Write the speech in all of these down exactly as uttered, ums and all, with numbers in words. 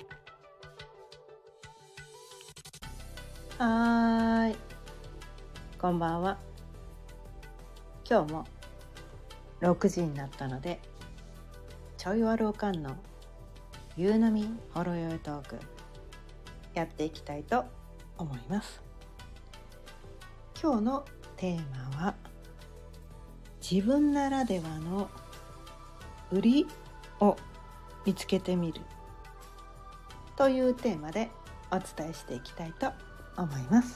はーい、こんばんは。今日もろくじになったので、ちょいわるおかんの夕波ほろよいトークやっていきたいと思います。今日のテーマは、自分ならではの売りを見つけてみるというテーマでお伝えしていきたいと思います。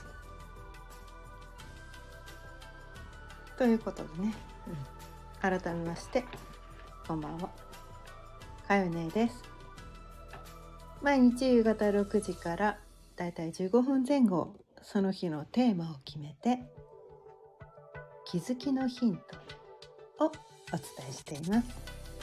ということでね、うん、改めましてこんばんは、かよねです。毎日夕方ろくじからだいたいじゅうごふんぜん後、その日のテーマを決めて気づきのヒントをお伝えしています。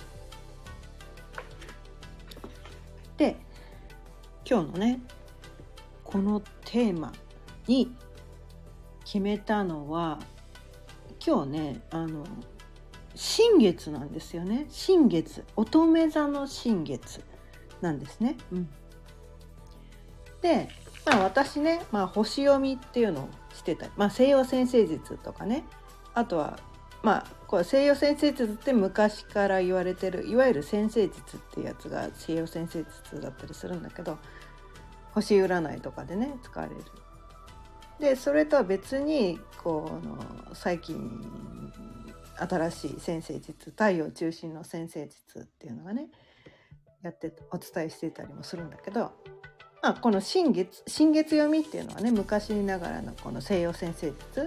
で、今日のねこのテーマに決めたのは、今日ねあの新月なんですよね。新月、乙女座の新月なんですね、うん、で、まあ、私ね、まあ、星読みっていうのをしてたり、まあ、西洋占星術とかね、あとはまあこれ西洋占星術って昔から言われてるいわゆる占星術っていうやつが西洋占星術だったりするんだけど、星占いとかでね使われる。でそれとは別にこの最近新しい占星術、太陽中心の占星術っていうのがねやってお伝えしていたりもするんだけど、まあ、この新月新月読みっていうのはね、昔ながらのこの西洋占星術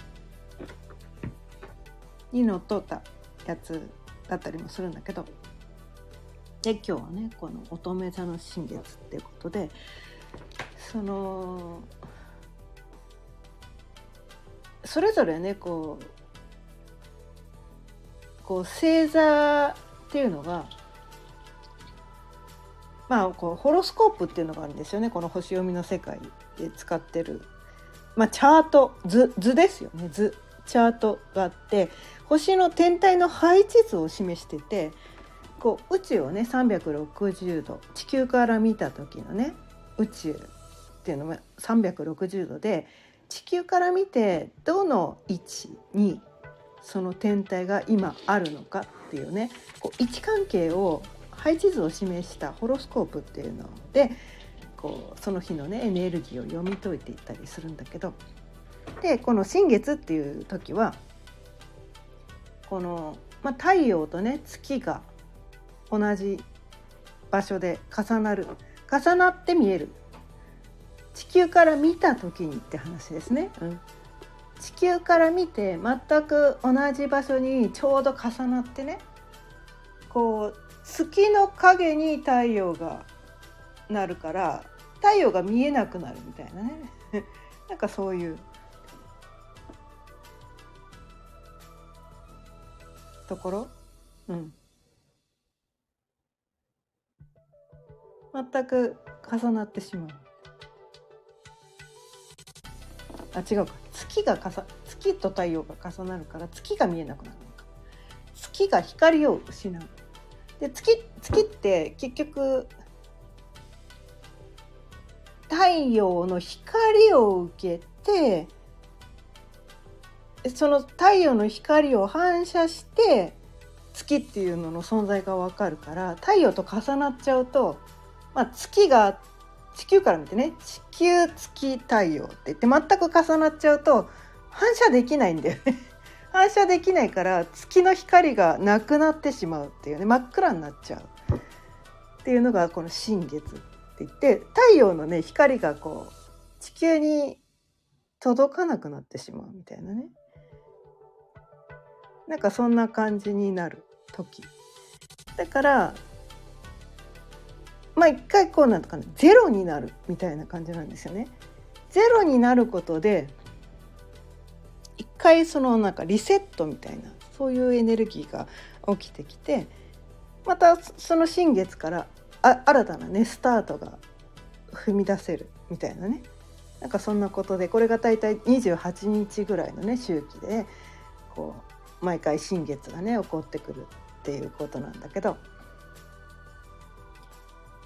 にのっとったやつだったりもするんだけど、で今日はねこの乙女座の新月っていうことで、そのそれぞれねこうこう星座っていうのが、まあこうホロスコープっていうのがあるんですよね。この星読みの世界で使ってる、まあ、チャート 図, 図ですよね。図チャートがあって、星の天体の配置図を示してて、こう宇宙をねさんびゃくろくじゅうど、地球から見た時のね宇宙っていうのはさんびゃくろくじゅうどで、地球から見てどの位置にその天体が今あるのかっていうね、こう位置関係を配置図を示したホロスコープっていうので、こうその日のねエネルギーを読み解いていったりするんだけど、でこの新月っていう時はこの、まあ、太陽とね月が同じ場所で重なる重なって見える、地球から見た時にって話ですね、うん、地球から見て全く同じ場所にちょうど重なってね、こう月の影に太陽がなるから太陽が見えなくなるみたいなねなんかそういうところ、うん、全く重なってしまう。あ、違うか、月がかさ月と太陽が重なるから月が見えなくなるのか。月が光を失う。で 月, 月って結局太陽の光を受けて、その太陽の光を反射して月っていうのの存在が分かるから、太陽と重なっちゃうと、まあ、月が地球から見てね、地球月太陽って言って全く重なっちゃうと反射できないんだよね反射できないから月の光がなくなってしまうっていうね、真っ暗になっちゃうっていうのがこの新月って言って、太陽のね光がこう地球に届かなくなってしまうみたいなね、なんかそんな感じになる時だから、まあ一回こうなんとかねゼロになるみたいな感じなんですよね。ゼロになることで一回そのなんかリセットみたいな、そういうエネルギーが起きてきて、またその新月からあ新たなねスタートが踏み出せるみたいなね、なんかそんなことで、これが大体にじゅうはちにちぐらいのね周期でこう毎回新月がね起こってくるっていうことなんだけど、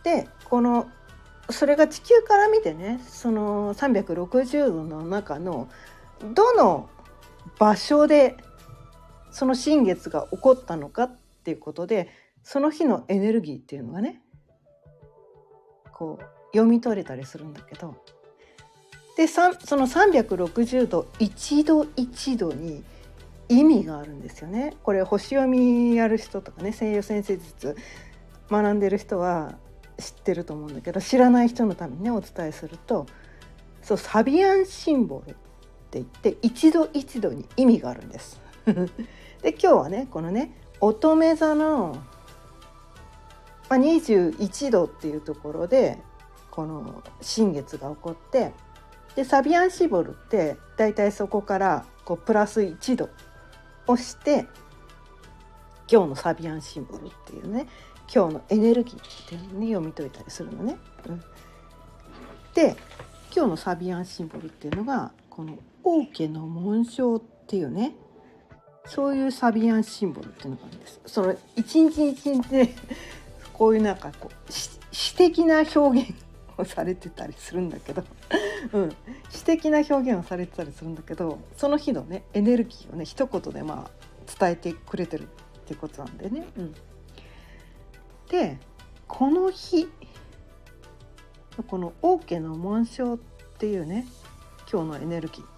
でこのそれが地球から見てね、そのさんびゃくろくじゅうどの中のどの場所でその新月が起こったのかっていうことで、その日のエネルギーっていうのがねこう読み取れたりするんだけど、でそのさんびゃくろくじゅうど一度一度に意味があるんですよね。これ星読みやる人とかね、西洋占星術学んでる人は知ってると思うんだけど、知らない人のためにねお伝えすると、そうサビアンシンボルって言って一度一度に意味があるんですで今日はねこのね乙女座の、まあ、にじゅういちどっていうところでこの新月が起こって、でサビアンシンボルってだいたいそこからこうプラスいちどをして今日のサビアンシンボルっていうね、今日のエネルギーっていうのに読み解いたりするのね、うん、で今日のサビアンシンボルっていうのがこの王家の紋章っていうね、そういうサビアンシンボルっていうのがあるんです。その一日一日でこういうなんかこう詩的な表現をされてたりするんだけど、うん、詩的な表現をされてたりするんだけど、その日のねエネルギーをね一言でまあ伝えてくれてるってことなんでね、うん、でこの日この王家の紋章っていうね今日のエネルギー、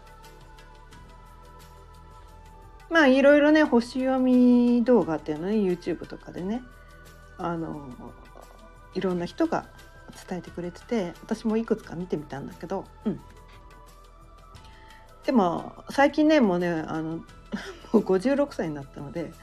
まあいろいろね星読み動画っていうのね YouTube とかでねあのいろんな人が伝えてくれてて、私もいくつか見てみたんだけど、うん、でも最近ねもうねあのもうごじゅうろくさいになったので、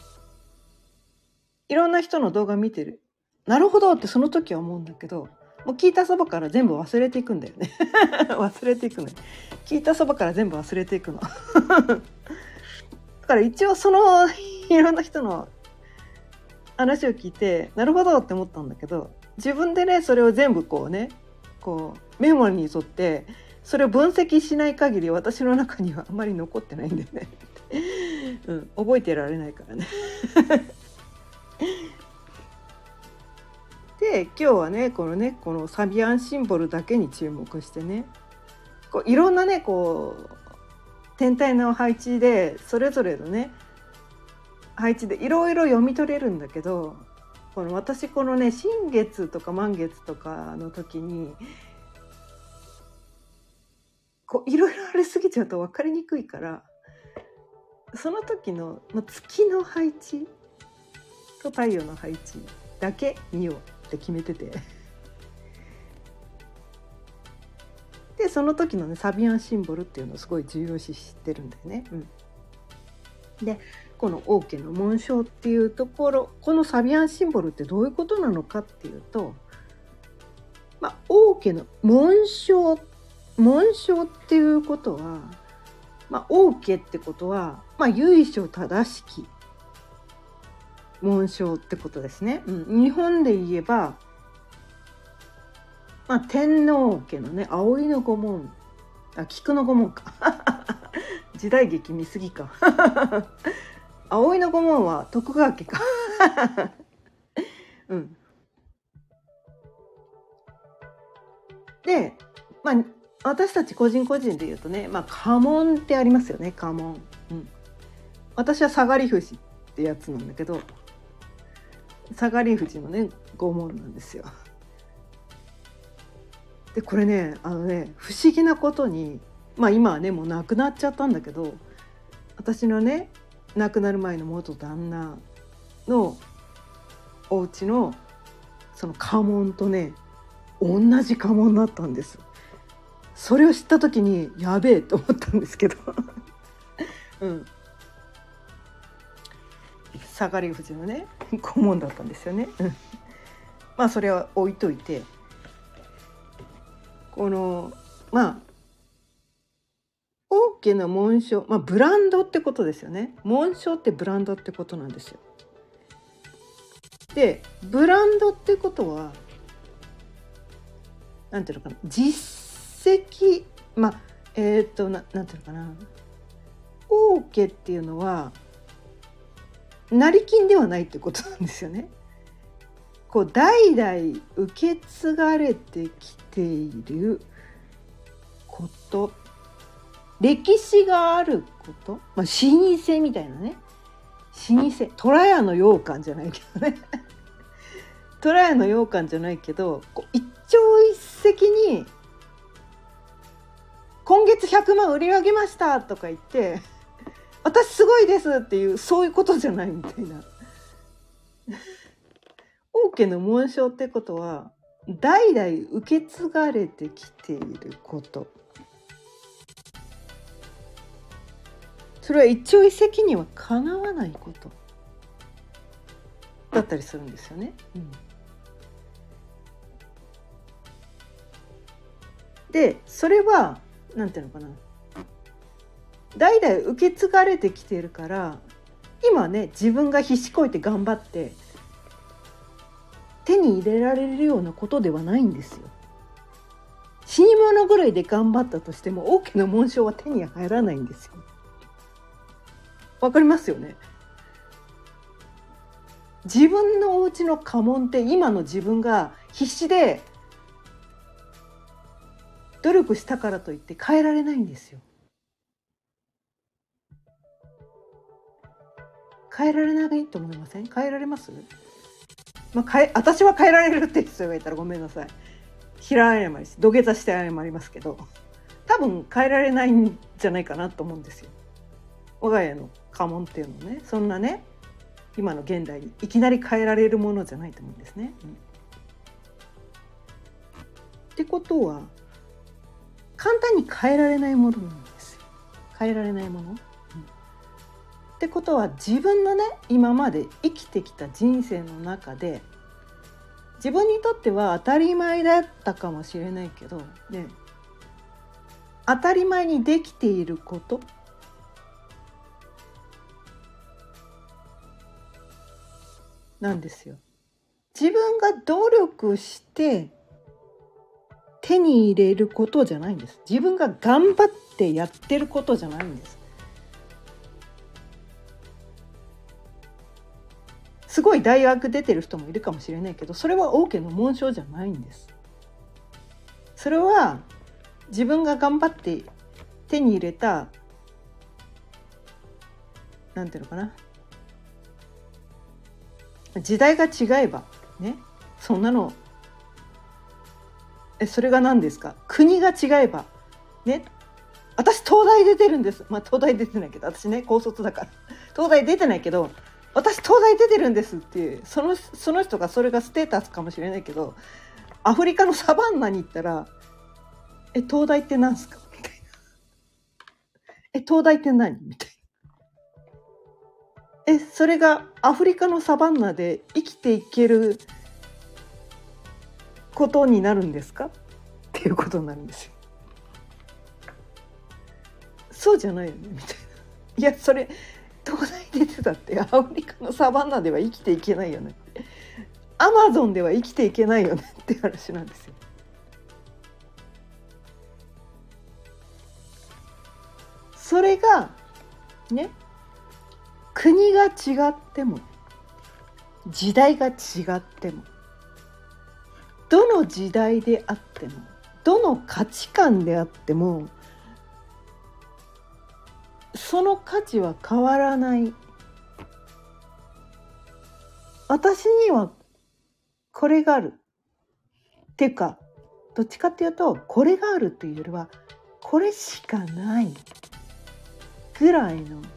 いろんな人の動画見てる、なるほどってその時は思うんだけど、もう聞いたそばから全部忘れていくんだよね忘れていくの聞いたそばから全部忘れていくのだから一応そのいろんな人の話を聞いてなるほどって思ったんだけど、自分でねそれを全部こうねこうメモに沿ってそれを分析しない限り私の中にはあまり残ってないんだよね、うん、覚えてられないからねで今日はねこのねこのサビアンシンボルだけに注目してね、こういろんなねこう天体の配置でそれぞれのね配置でいろいろ読み取れるんだけど、この私このね新月とか満月とかの時にこういろいろありすぎちゃうと分かりにくいから、その時の月の配置と太陽の配置だけ見ようって決めててでその時のねサビアンシンボルっていうのをすごい重要視してるんだよね、うん、でこの王家の紋章っていうところ、このサビアンシンボルってどういうことなのかっていうと、まあ、王家の紋章紋章っていうことは、まあ、王家ってことは、まあ、由緒正しき紋章ってことですね、うん、日本で言えば、まあ、天皇家のね葵の御紋、あ菊の御紋か時代劇見すぎか葵の御紋は徳川家かうんで、まあ私たち個人個人で言うとね、まあ家紋ってありますよね、家紋、うん、私は下がり富士ってやつなんだけど、下がり富士のね御紋なんですよ。でこれねあのね不思議なことに、まあ今はねもう亡くなっちゃったんだけど、私のね亡くなる前の元旦那のお家のその家紋とね同じ家紋だったんです。それを知った時にやべえと思ったんですけどうん下がり富士のね顧問だったんですよねまあそれは置いといて、このまあ王家の紋章、まあブランドってことですよね。紋章ってブランドってことなんですよ。でブランドってことはなんていうのかな、実績、まあえっ、ー、とななんていうのかな、王家っていうのは成金ではないってことなんですよね。 こう代々受け継がれてきていること、歴史があること、まあ、老舗みたいなね、老舗、虎屋の羊羹じゃないけどね虎屋の羊羹じゃないけど、こう一朝一夕に今月ひゃくまん売り上げましたとか言って私すごいですっていう、そういうことじゃないみたいな王家の紋章ってことは代々受け継がれてきていること、それは一朝一夕にはかなわないことだったりするんですよね、うん、でそれはなんていうのかな、代々受け継がれてきているから、今ね自分が必死こいて頑張って手に入れられるようなことではないんですよ。死に物ぐらいで頑張ったとしても王家の紋章は手に入らないんですよ。わかりますよね。自分のお家の家紋って今の自分が必死で努力したからといって変えられないんですよ。変えられないと思いません？変えられます？まあ、変え私は変えられるって人がいたらごめんなさい。平謝りし土下座して謝りますけど、多分変えられないんじゃないかなと思うんですよ。我が家の家紋っていうのね、そんなね今の現代にいきなり変えられるものじゃないと思うんですね。うん、ってことは簡単に変えられないものなんですよ。変えられないもの、うん、ってことは自分のね今まで生きてきた人生の中で自分にとっては当たり前だったかもしれないけど、ね、当たり前にできていることなんですよ。自分が努力して手に入れることじゃないんです。自分が頑張ってやってることじゃないんです。すごい大学出てる人もいるかもしれないけど、それは王家の紋章じゃないんです。それは自分が頑張って手に入れた、なんていうのかな、時代が違えばね、そんなのえそれが何ですか、国が違えばね、私東大出てるんです、まあ東大出てないけど、私ね高卒だから東大出てないけど私東大出てるんですっていう、そのその人がそれがステータスかもしれないけど、アフリカのサバンナに行ったらえ東大って何すかみたいな、え東大って何みたいな、えそれがアフリカのサバンナで生きていけることになるんですかっていうことになるんですよ。そうじゃないよねみたいな。いやそれ東大出てたってアフリカのサバンナでは生きていけないよね、アマゾンでは生きていけないよねって話なんですよ。それがね、国が違っても時代が違ってもどの時代であってもどの価値観であってもその価値は変わらない。私にはこれがあるっていうか、どっちかっていうとこれがあるっていうよりはこれしかないぐらいの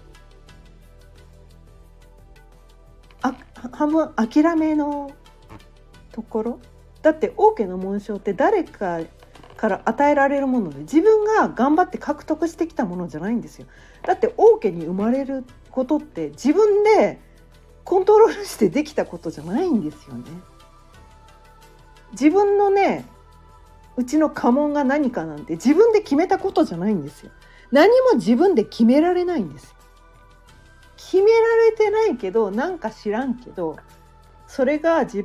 あ半分諦めのところだって。王家の紋章って誰かから与えられるもので、自分が頑張って獲得してきたものじゃないんですよ。だって王家に生まれることって自分でコントロールしてできたことじゃないんですよね。自分のねうちの家紋が何かなんて自分で決めたことじゃないんですよ。何も自分で決められないんですよ。決められてないけど、なんか知らんけどそれが自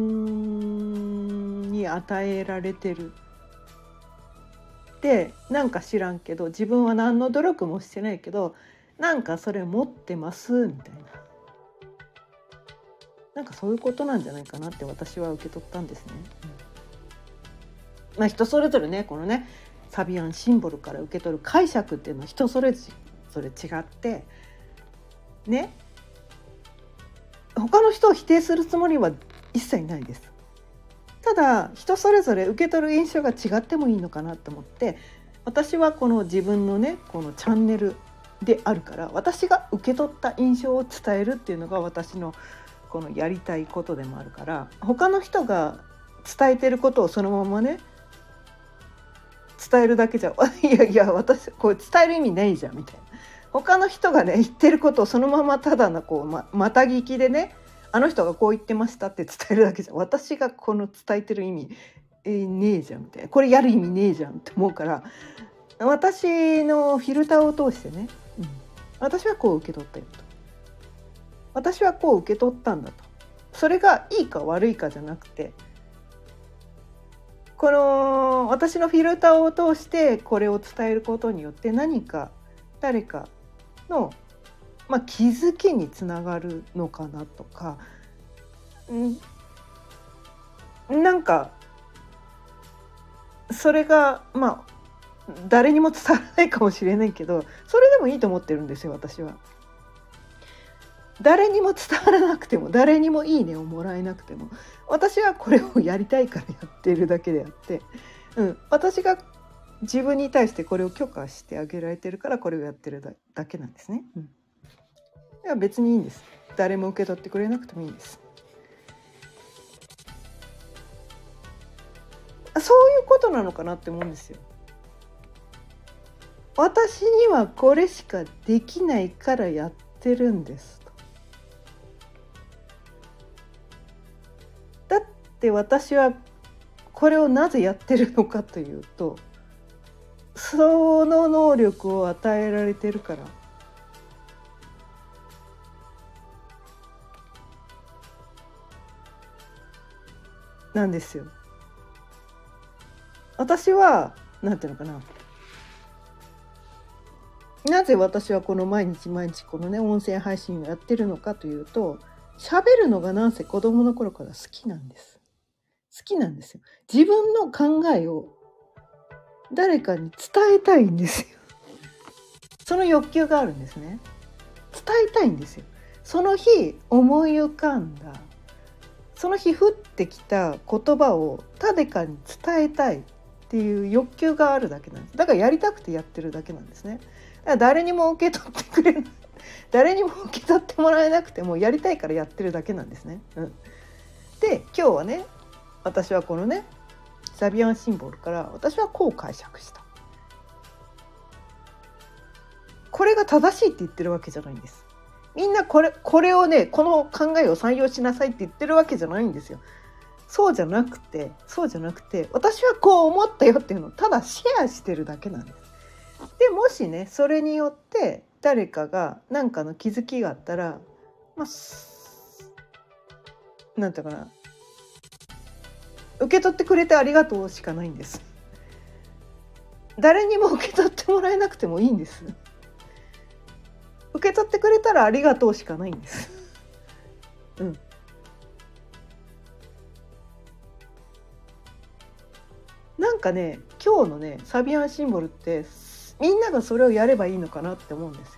分に与えられてる。でなんか知らんけど自分は何の努力もしてないけどなんかそれ持ってますみたいな。 なんかそういうことなんじゃないかなって私は受け取ったんですね。うん、まあ人それぞれねこのねサビアンシンボルから受け取る解釈っていうのは人それぞれ違ってね、他の人を否定するつもりは一切ないです。ただ人それぞれ受け取る印象が違ってもいいのかなと思って、私はこの自分のねこのチャンネルであるから、私が受け取った印象を伝えるっていうのが私のこのやりたいことでもあるから、他の人が伝えてることをそのままね伝えるだけじゃいやいや私これ伝える意味ないじゃんみたいな、他の人がね言ってることをそのままただのこう ま, また聞きでね、あの人がこう言ってましたって伝えるだけじゃ私がこの伝えてる意味、えー、ねえじゃんみたいな、これやる意味ねえじゃんって思うから、私のフィルターを通してね、うん、私はこう受け取ったよと、私はこう受け取ったんだと、それがいいか悪いかじゃなくて、この私のフィルターを通してこれを伝えることによって何か誰かの、まあ、気づきにつながるのかなとか、んなんかそれがまあ誰にも伝わらないかもしれないけど、それでもいいと思ってるんですよ私は。誰にも伝わらなくても誰にもいいねをもらえなくても、私はこれをやりたいからやってるだけであって、うん、私が自分に対してこれを許可してあげられてるからこれをやってる だ, だけなんですね、うん、いや別にいいんです。誰も受け取ってくれなくてもいいんです。そういうことなのかなって思うんですよ。私にはこれしかできないからやってるんですと。だって私はこれをなぜやってるのかというと、その能力を与えられてるからなんですよ。私はなんていうのかな、なぜ私はこの毎日毎日このね音声配信をやってるのかというと、喋るのがなんせ子供の頃から好きなんです。好きなんですよ。自分の考えを誰かに伝えたいんですよ。その欲求があるんですね。伝えたいんですよ。その日思い浮かんだ、その日降ってきた言葉を誰かに伝えたいっていう欲求があるだけなんです。だからやりたくてやってるだけなんですね。だから誰にも受け取ってくれない、誰にも受け取ってもらえなくてもやりたいからやってるだけなんですね、うん、で今日はね私はこのねサビアンシンボルから私はこう解釈した、これが正しいって言ってるわけじゃないんです。みんなこれ、これをねこの考えを採用しなさいって言ってるわけじゃないんですよ。そうじゃなくてそうじゃなくて私はこう思ったよっていうのをただシェアしてるだけなんです。でもしねそれによって誰かが何かの気づきがあったら、まあなんていうかな、受け取ってくれてありがとうしかないんです。誰にも受け取ってもらえなくてもいいんです。受け取ってくれたらありがとうしかないんです。うん。なんかね今日のねサビアンシンボルってみんながそれをやればいいのかなって思うんですよ。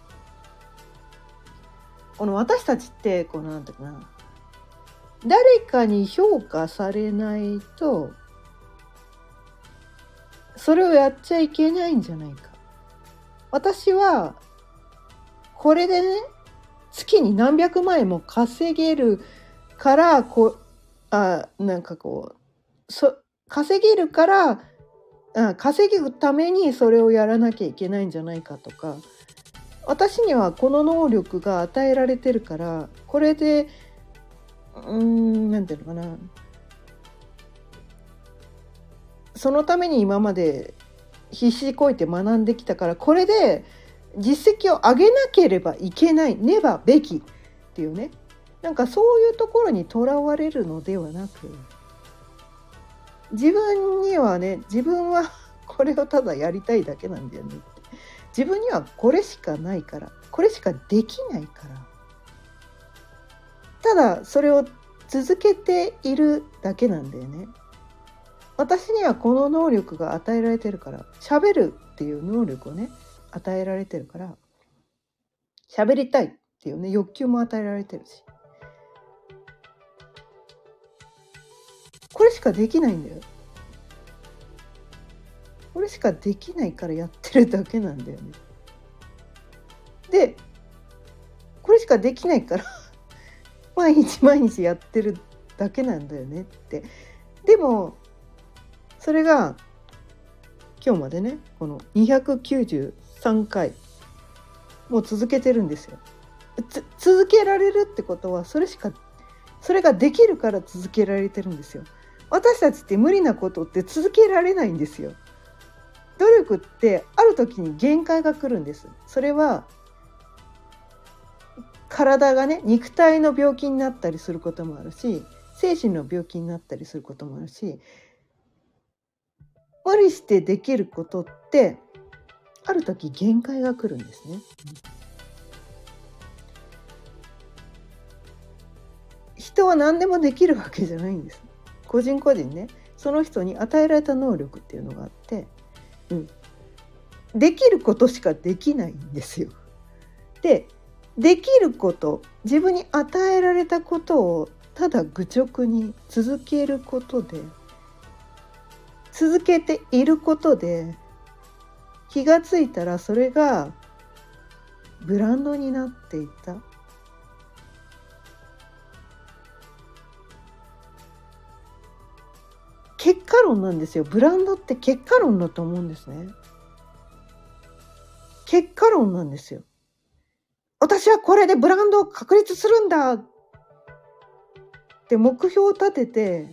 この私たちってこのなんていうかな、誰かに評価されないとそれをやっちゃいけないんじゃないか。私はこれでね月に何百万円も稼げるからこあなんかこうそ稼げるからあ稼ぐためにそれをやらなきゃいけないんじゃないかとか、私にはこの能力が与えられてるからこれでうーんなんていうのかな、そのために今まで必死こいて学んできたからこれで実績を上げなければいけない、ねばべきっていうね、なんかそういうところにとらわれるのではなく、自分にはね自分はこれをただやりたいだけなんだよねって、自分にはこれしかないからこれしかできないから、ただそれを続けているだけなんだよね。私にはこの能力が与えられてるから、喋るっていう能力をね与えられてるから、喋りたいっていうね欲求も与えられてるし、これしかできないんだよ。これしかできないからやってるだけなんだよね。でこれしかできないから毎日毎日やってるだけなんだよねって。でもそれが今日までね、このにひゃくきゅうじゅうさんかいもう続けてるんですよ。つ続けられるってことはそれしかそれができるから続けられてるんですよ。私たちって無理なことって続けられないんですよ。努力ってある時に限界が来るんです。それは体がね、肉体の病気になったりすることもあるし、精神の病気になったりすることもあるし、無理してできることってある時限界が来るんですね。人は何でもできるわけじゃないんです。個人個人ね、その人に与えられた能力っていうのがあって、うん、できることしかできないんですよ。で、できること、自分に与えられたことをただ愚直に続けることで、続けていることで、気がついたらそれがブランドになっていた。結果論なんですよ。ブランドって結果論だと思うんですね。結果論なんですよ。私はこれでブランドを確立するんだって目標を立てて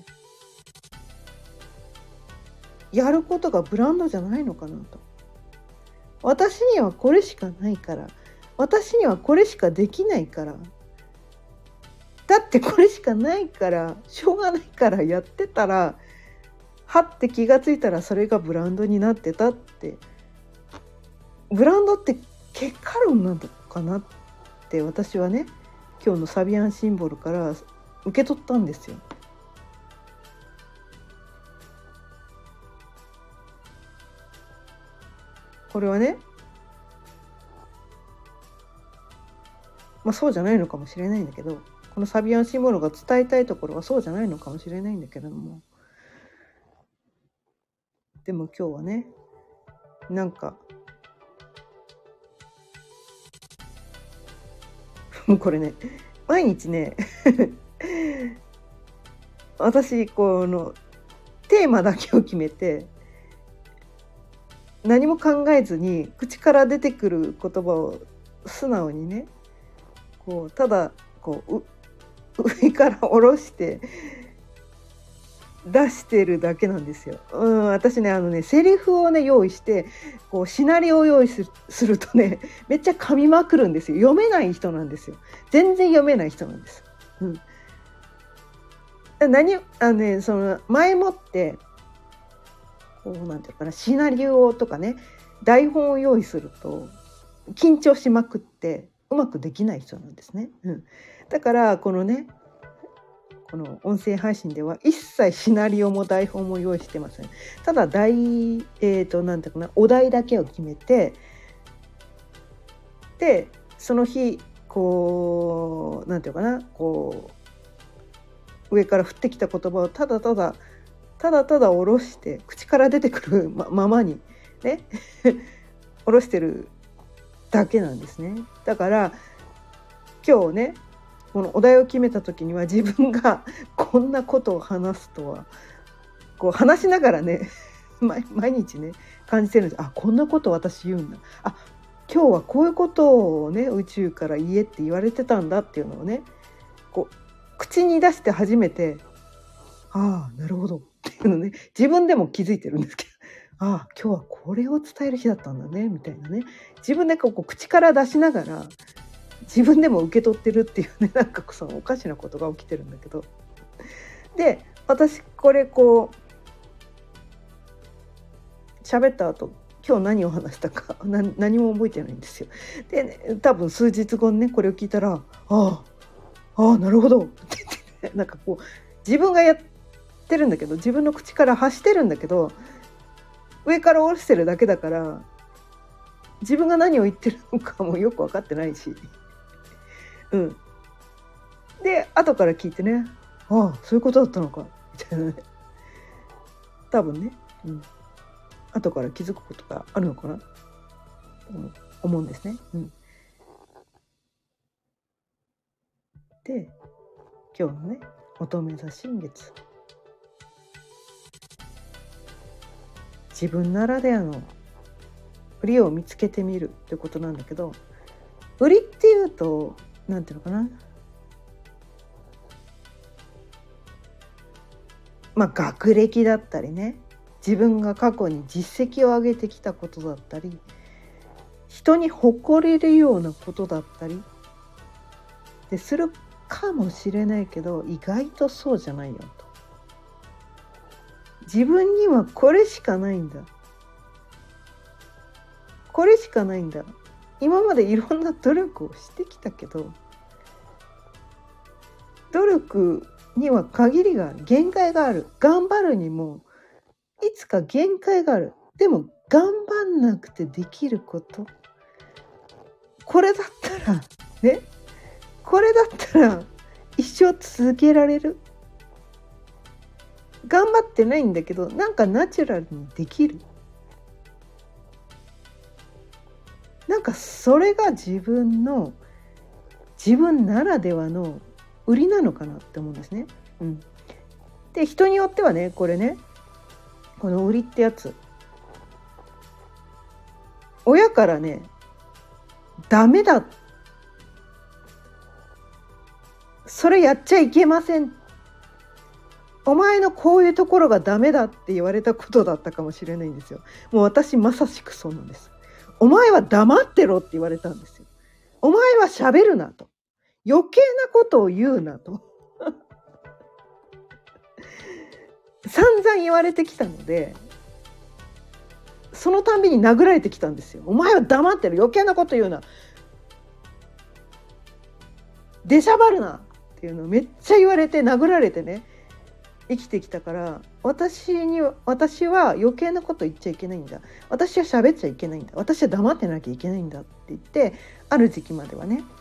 やることがブランドじゃないのかなと。私にはこれしかないから、私にはこれしかできないから、だってこれしかないからしょうがないからやってたら、はって気がついたらそれがブランドになってたって。ブランドって結果論なのかなって私はね、今日のサビアンシンボルから受け取ったんですよ。これはね、まあそうじゃないのかもしれないんだけど、このサビアンシンボルが伝えたいところはそうじゃないのかもしれないんだけども、でも今日はね、なんかもうこれね、毎日ね私このテーマだけを決めて何も考えずに口から出てくる言葉を素直にね、こうただこう上から下ろして出してるだけなんですよ。うん、私ね、あのね、セリフをね用意して、こうシナリオを用意する、するとね、めっちゃ噛みまくるんですよ。読めない人なんですよ。全然読めない人なんです。うん。何あのね、その前もってこうなんていうかな、シナリオとかね、台本を用意すると緊張しまくってうまくできない人なんですね。うん。だからこのね。この音声配信では一切シナリオも台本も用意してません。ただ題、えーと、なんていうかな、お題だけを決めて、でその日こうなんていうかな、こう上から降ってきた言葉をただただただただ下ろして、口から出てくる ま, ままにね下ろしてるだけなんですね。だから今日ね、このお題を決めた時には自分がこんなことを話すとはこう話しながらね毎, 毎日ね感じてるんです。あ、こんなこと私言うんだ、あ、今日はこういうことをね宇宙から言えって言われてたんだっていうのをね、こう口に出して初めて、ああなるほどっていうのね、自分でも気づいてるんですけど、ああ今日はこれを伝える日だったんだねみたいなね、自分でこう口から出しながら自分でも受け取ってるっていうね、なんかそのおかしなことが起きてるんだけど、で私これこう喋った後、今日何を話したか何, 何も覚えてないんですよ。で、ね、多分数日後にねこれを聞いたら、ああああなるほどって言ってなんかこう自分がやってるんだけど、自分の口から発してるんだけど、上から下ろしてるだけだから、自分が何を言ってるのかもよく分かってないし、うん。で後から聞いてね、ああそういうことだったのかみたいなね、多分ね、うん、後から気づくことがあるのかな、うん、思うんですね。うん、で今日のね乙女座新月、自分ならではの売りを見つけてみるってことなんだけど、売りっていうとなんていうのかな、まあ学歴だったりね、自分が過去に実績を上げてきたことだったり、人に誇れるようなことだったりでするかもしれないけど、意外とそうじゃないよと。自分にはこれしかないんだ、これしかないんだ。今までいろんな努力をしてきたけど、努力には限りがある、限界がある。頑張るにもいつか限界がある。でも頑張んなくてできること、これだったらね、これだったら一生続けられる。頑張ってないんだけど、なんかナチュラルにできる。なんかそれが自分の自分ならではの売りなのかなって思うんですね。うん、で人によってはね、これね、この売りってやつ、親からね、ダメだ、それやっちゃいけません、お前のこういうところがダメだって言われたことだったかもしれないんですよ。もう私まさしくそうなんです。お前は黙ってろって言われたんですよ。お前は喋るなと、余計なことを言うなと散々言われてきたので、そのたんびに殴られてきたんですよ。お前は黙ってる、余計なこと言うな、出しゃばるなっていうのをめっちゃ言われて、殴られてね生きてきたから、私に私は余計なこと言っちゃいけないんだ、私は喋っちゃいけないんだ、私は黙ってなきゃいけないんだって言って、ある時期まではね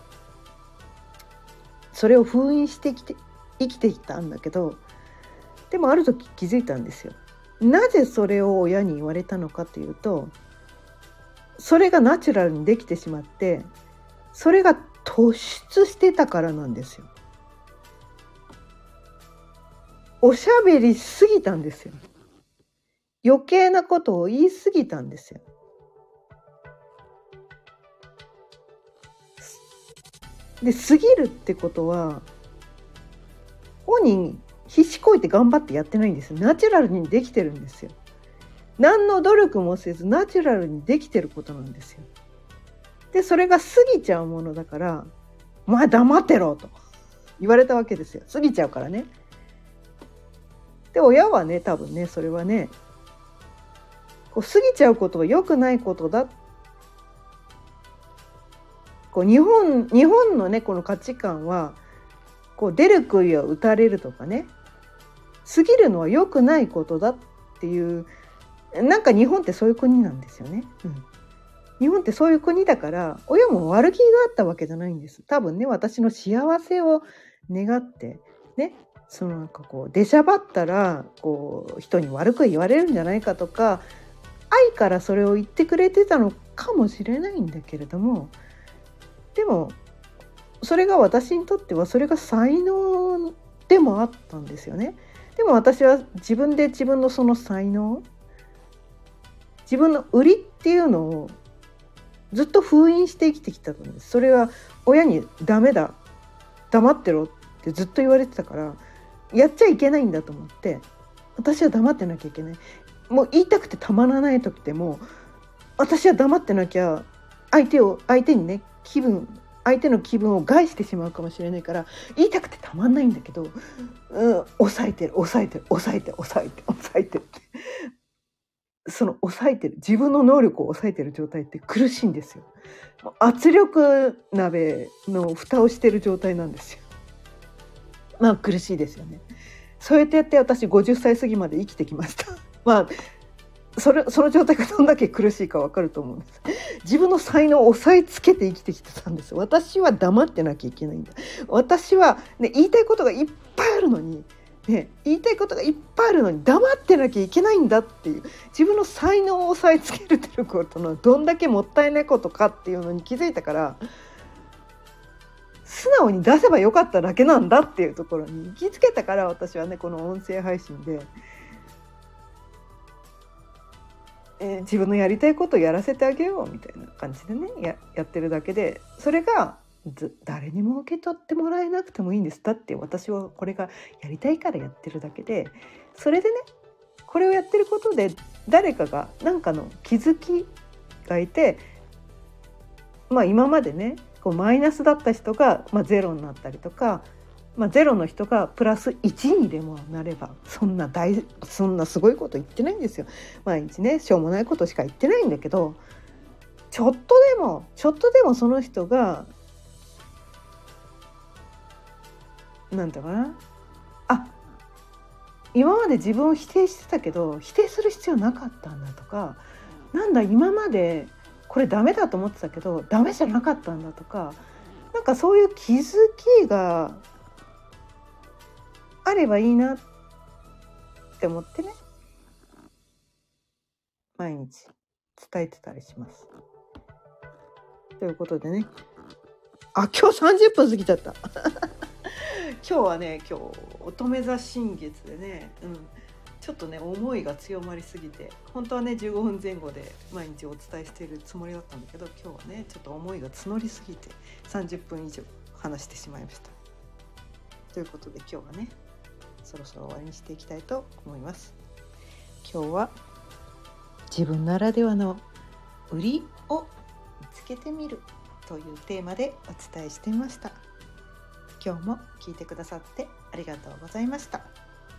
それを封印してきて生きてきたんだけど、でもある時気づいたんですよ。なぜそれを親に言われたのかというと、それがナチュラルにできてしまって、それが突出してたからなんですよ。おしゃべりすぎたんですよ。余計なことを言いすぎたんですよ。で、過ぎるってことは本人必死こいて頑張ってやってないんですよ。ナチュラルにできてるんですよ。何の努力もせずナチュラルにできてることなんですよ。でそれが過ぎちゃうものだから、お前黙ってろと言われたわけですよ。過ぎちゃうからね。で親はね、多分ね、それはね、こう過ぎちゃうことは良くないことだ、こう日本日本のねこの価値観は、こう出る杭は打たれるとかね、過ぎるのは良くないことだっていう、なんか日本ってそういう国なんですよね。うん、日本ってそういう国だから、親も悪気があったわけじゃないんです。多分ね、私の幸せを願ってね、そのなんかこう出しゃばったらこう人に悪く言われるんじゃないかとか、愛からそれを言ってくれてたのかもしれないんだけれども、でもそれが私にとってはそれが才能でもあったんですよね。でも私は自分で自分のその才能、自分の売りっていうのをずっと封印して生きてきたんです。それは親にダメだ、黙ってろってずっと言われてたから、やっちゃいけないんだと思って、私は黙ってなきゃいけない、もう言いたくてたまらない時でも私は黙ってなきゃ相手を相手にね気分相手の気分を害してしまうかもしれないから、言いたくてたまんないんだけど、うん、抑えてる抑えてる抑えてる抑えてる抑えてるってその抑えてる自分の能力を抑えてる状態って苦しいんですよ。圧力鍋の蓋をしてる状態なんですよ。 まあ苦しいですよね。そうやってやって私ごじゅっさい過ぎまで生きてきましたまあそれその状態がどんだけ苦しいか分かると思うんです。自分の才能を抑えつけて生きてきてたんです。私は黙ってなきゃいけないんだ。私は、ね、言いたいことがいっぱいあるのに、ね、言いたいことがいっぱいあるのに黙ってなきゃいけないんだっていう、自分の才能を抑えつけるっていうことのどんだけもったいないことかっていうのに気づいたから、素直に出せばよかっただけなんだっていうところに行きつけたから、私はねこの音声配信で、えー自分のやりたいことをやらせてあげようみたいな感じでね や, やってるだけで、それがず誰にも受け取ってもらえなくてもいいんです。だって私はこれがやりたいからやってるだけで、それでねこれをやってることで誰かが何かの気づきがいて、まあ今までねこうマイナスだった人が、まあ、ゼロになったりとか、まあ、ゼロの人がプラスいちにでもなれば、そんな大そんなすごいこと言ってないんですよ。毎日ねしょうもないことしか言ってないんだけど、ちょっとでもちょっとでもその人がなんだかな、あ、今まで自分を否定してたけど否定する必要なかったんだとか、なんだ今までこれダメだと思ってたけどダメじゃなかったんだとか、なんかそういう気づきがあればいいなって思ってね、毎日伝えてたりします。ということでね、あ、今日さんじゅっぷん過ぎちゃった今日はね今日乙女座新月でね、うん、ちょっとね思いが強まりすぎて、本当はねじゅうごふんぜん後で毎日お伝えしているつもりだったんだけど、今日はねちょっと思いが募りすぎてさんじゅっぷん以上話してしまいました。ということで今日はねそろそろ終わりにしていきたいと思います。今日は自分ならではの売りを見つけてみるというテーマでお伝えしてみました。今日も聞いてくださってありがとうございました。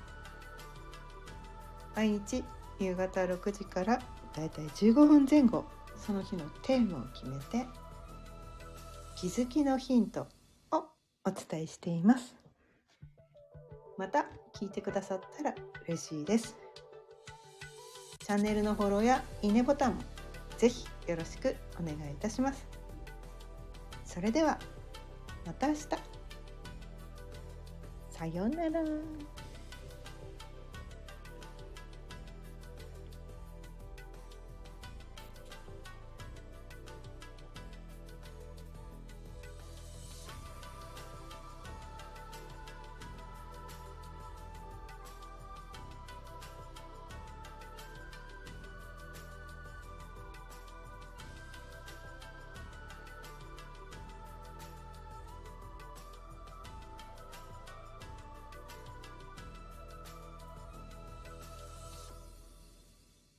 毎日夕方ろくじからだいたいじゅうごふんぜん後、その日のテーマを決めて気づきのヒントをお伝えしています。また聞いてくださったら嬉しいです。チャンネルのフォローやいいねボタンもぜひよろしくお願いいたします。それではまた明日。さようなら。